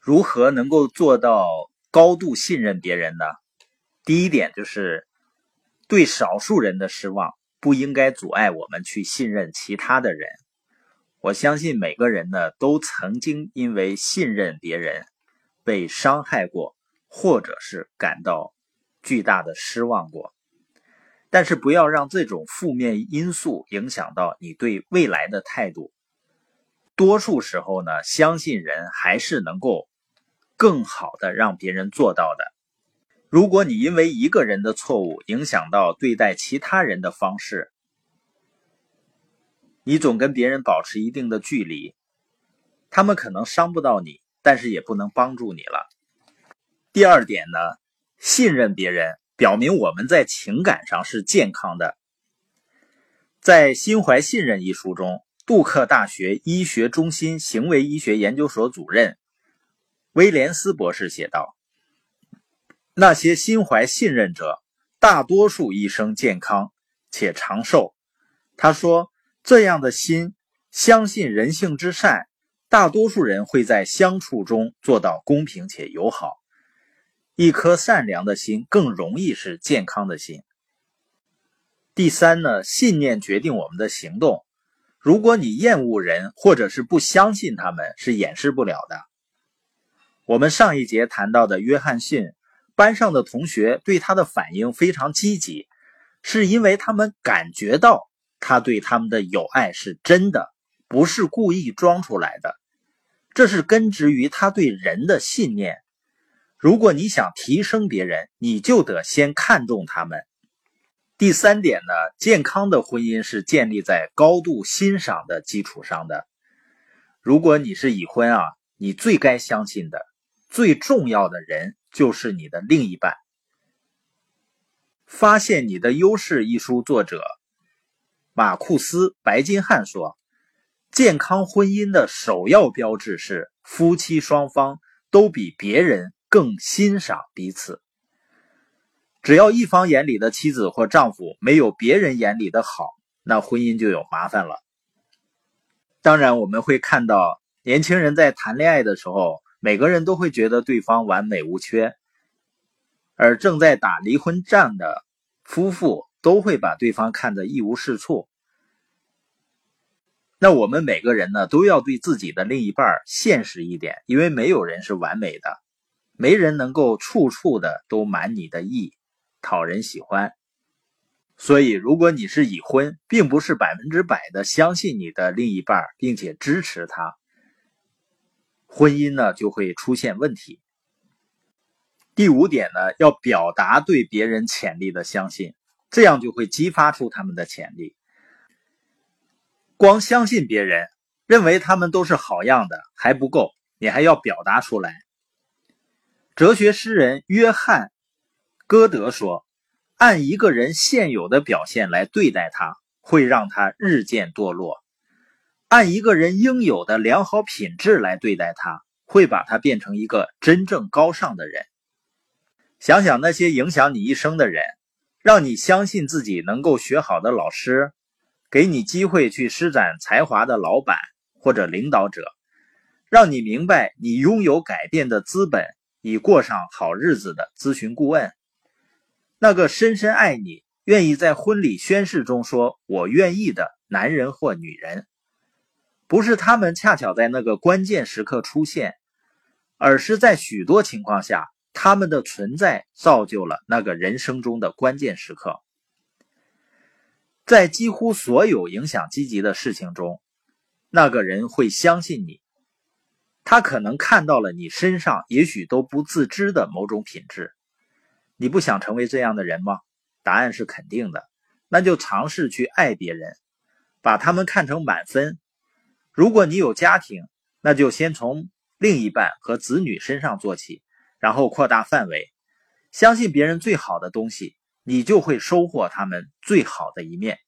如何能够做到高度信任别人呢？第一点就是对少数人的失望不应该阻碍我们去信任其他的人。我相信每个人呢都曾经因为信任别人被伤害过，或者是感到巨大的失望过。但是不要让这种负面因素影响到你对未来的态度。多数时候呢，相信人还是能够更好的让别人做到的。如果你因为一个人的错误影响到对待其他人的方式，你总跟别人保持一定的距离，他们可能伤不到你，但是也不能帮助你了。第二点呢，信任别人表明我们在情感上是健康的。在《心怀信任》一书中，杜克大学医学中心行为医学研究所主任威廉斯博士写道，那些心怀信任者大多数一生健康且长寿。他说，这样的心相信人性之善，大多数人会在相处中做到公平且友好。一颗善良的心更容易是健康的心。第三呢，信念决定我们的行动。如果你厌恶人或者是不相信他们，是掩饰不了的。我们上一节谈到的约翰逊，班上的同学对他的反应非常积极，是因为他们感觉到他对他们的友爱是真的，不是故意装出来的。这是根植于他对人的信念。如果你想提升别人，你就得先看重他们。第三点呢，健康的婚姻是建立在高度欣赏的基础上的。如果你是已婚你最该相信的、最重要的人就是你的另一半。发现你的优势一书作者马库斯·白金汉说，健康婚姻的首要标志是夫妻双方都比别人更欣赏彼此。只要一方眼里的妻子或丈夫没有别人眼里的好，那婚姻就有麻烦了。当然，我们会看到年轻人在谈恋爱的时候，每个人都会觉得对方完美无缺，而正在打离婚战的夫妇都会把对方看得一无是处。那我们每个人呢，都要对自己的另一半现实一点，因为没有人是完美的，没人能够处处的都满你的意，讨人喜欢。所以如果你是已婚，并不是100%的相信你的另一半并且支持他，婚姻呢就会出现问题。第五点呢，要表达对别人潜力的相信，这样就会激发出他们的潜力。光相信别人，认为他们都是好样的还不够，你还要表达出来。哲学诗人约翰·歌德说，按一个人现有的表现来对待他，会让他日渐堕落；按一个人应有的良好品质来对待他，会把他变成一个真正高尚的人。想想那些影响你一生的人，让你相信自己能够学好的老师，给你机会去施展才华的老板或者领导者，让你明白你拥有改变的资本，以过上好日子的咨询顾问，那个深深爱你，愿意在婚礼宣誓中说我愿意的男人或女人，不是他们恰巧在那个关键时刻出现，而是在许多情况下，他们的存在造就了那个人生中的关键时刻。在几乎所有影响积极的事情中，那个人会相信你，他可能看到了你身上也许都不自知的某种品质。你不想成为这样的人吗？答案是肯定的。那就尝试去爱别人，把他们看成满分。如果你有家庭，那就先从另一半和子女身上做起，然后扩大范围。相信别人最好的东西，你就会收获他们最好的一面。